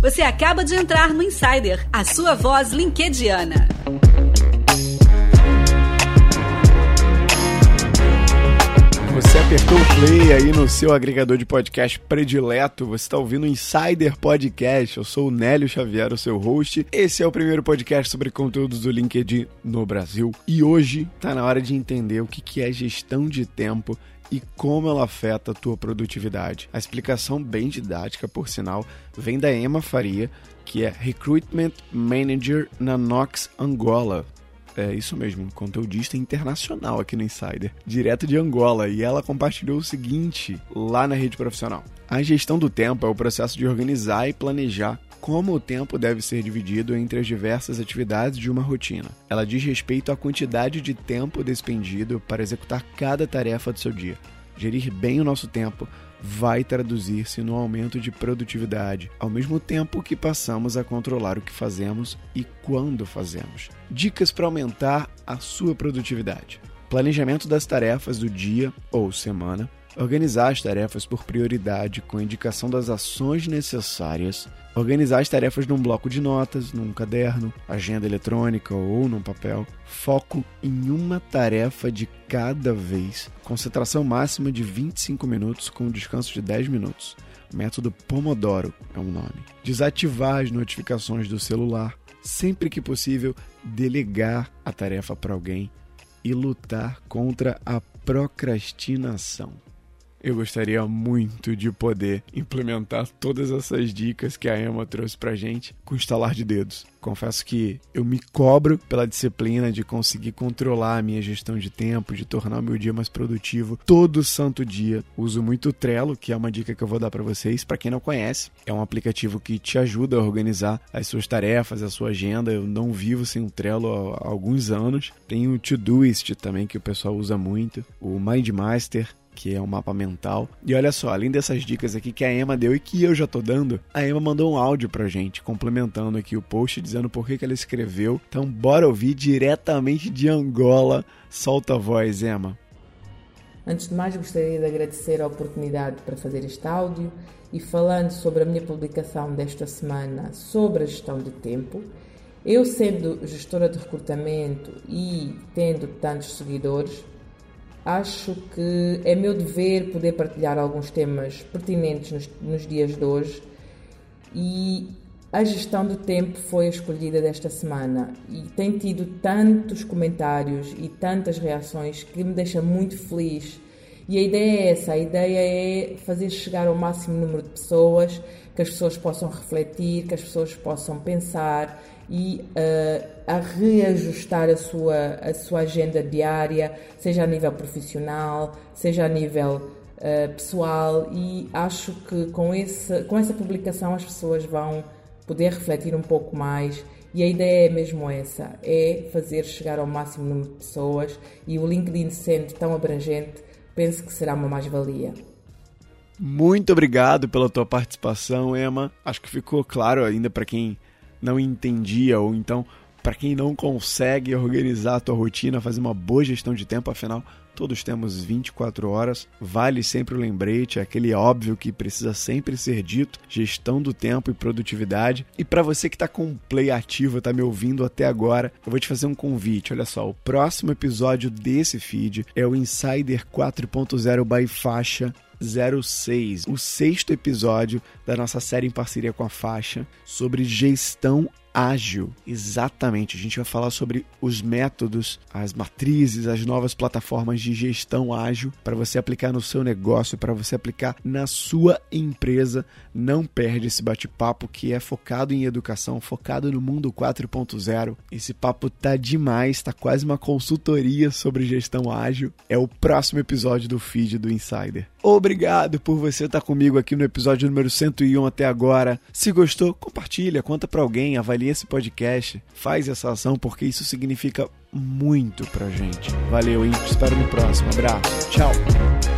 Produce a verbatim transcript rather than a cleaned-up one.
Você acaba de entrar no Insider, a sua voz linkediana. Você apertou o play aí no seu agregador de podcast predileto, você está ouvindo o Insider Podcast. Eu sou o Nélio Xavier, o seu host. Esse é o primeiro podcast sobre conteúdos do LinkedIn no Brasil. E hoje está na hora de entender o que é gestão de tempo e como ela afeta a tua produtividade. A explicação bem didática, por sinal, vem da Emma Faria, que é Recruitment Manager na Nox Angola. É isso mesmo, conteudista internacional aqui no Insider, direto de Angola, e ela compartilhou o seguinte lá na rede profissional. A gestão do tempo é o processo de organizar e planejar como o tempo deve ser dividido entre as diversas atividades de uma rotina. Ela diz respeito à quantidade de tempo despendido para executar cada tarefa do seu dia. Gerir bem o nosso tempo vai traduzir-se no aumento de produtividade, ao mesmo tempo que passamos a controlar o que fazemos e quando fazemos. Dicas para aumentar a sua produtividade: planejamento das tarefas do dia ou semana, organizar as tarefas por prioridade com indicação das ações necessárias, organizar as tarefas num bloco de notas, num caderno, agenda eletrônica ou num papel, foco em uma tarefa de cada vez, concentração máxima de vinte e cinco minutos com descanso de dez minutos. Método Pomodoro é um nome. Desativar as notificações do celular, sempre que possível, delegar a tarefa para alguém e lutar contra a procrastinação. Eu gostaria muito de poder implementar todas essas dicas que a Emma trouxe pra gente com estalar de dedos. Confesso que eu me cobro pela disciplina de conseguir controlar a minha gestão de tempo, de tornar o meu dia mais produtivo todo santo dia. Uso muito o Trello, que é uma dica que eu vou dar pra vocês. Pra quem não conhece, é um aplicativo que te ajuda a organizar as suas tarefas, a sua agenda. Eu não vivo sem o Trello há alguns anos. Tem o Todoist também, que o pessoal usa muito. O MindMaster, que é um mapa mental. E olha só, além dessas dicas aqui que a Emma deu e que eu já tô dando, a Emma mandou um áudio pra gente, complementando aqui o post, dizendo por que que ela escreveu. Então bora ouvir diretamente de Angola. Solta a voz, Emma. Antes de mais, gostaria de agradecer a oportunidade para fazer este áudio e falando sobre a minha publicação desta semana sobre a gestão de tempo. Eu, sendo gestora de recrutamento e tendo tantos seguidores, acho que é meu dever poder partilhar alguns temas pertinentes nos, nos dias de hoje, e a gestão do tempo foi a escolhida desta semana e tem tido tantos comentários e tantas reações que me deixa muito feliz. E a ideia é essa, a ideia é fazer chegar ao máximo número de pessoas, que as pessoas possam refletir, que as pessoas possam pensar e uh, a reajustar a sua, a sua agenda diária, seja a nível profissional, seja a nível uh, pessoal, e acho que com, esse, com essa publicação as pessoas vão poder refletir um pouco mais, e a ideia é mesmo essa, é fazer chegar ao máximo número de pessoas, e o LinkedIn sendo tão abrangente, penso que será uma mais-valia. Muito obrigado pela tua participação, Emma. Acho que ficou claro ainda para quem não entendia, ou então para quem não consegue organizar a tua rotina, fazer uma boa gestão de tempo. Afinal, todos temos vinte e quatro horas, vale sempre o lembrete, aquele óbvio que precisa sempre ser dito: gestão do tempo e produtividade. E para você que está com o play ativo, está me ouvindo até agora, eu vou te fazer um convite. Olha só, o próximo episódio desse feed é o Insider quatro ponto zero by Faixa zero seis, o sexto episódio da nossa série em parceria com a Faixa sobre gestão ágil. Exatamente, a gente vai falar sobre os métodos, as matrizes, as novas plataformas de gestão ágil para você aplicar no seu negócio, para você aplicar na sua empresa. Não perde esse bate-papo que é focado em educação, focado no mundo quatro ponto zero. Esse papo tá demais, tá quase uma consultoria sobre gestão ágil. É o próximo episódio do feed do Insider. Obrigado por você estar comigo aqui no episódio número cento e um até agora. Se gostou, compartilha, conta para alguém, avalia esse podcast, faz essa ação, porque isso significa muito pra gente. Valeu, hein? Te espero no próximo. Abraço. Tchau.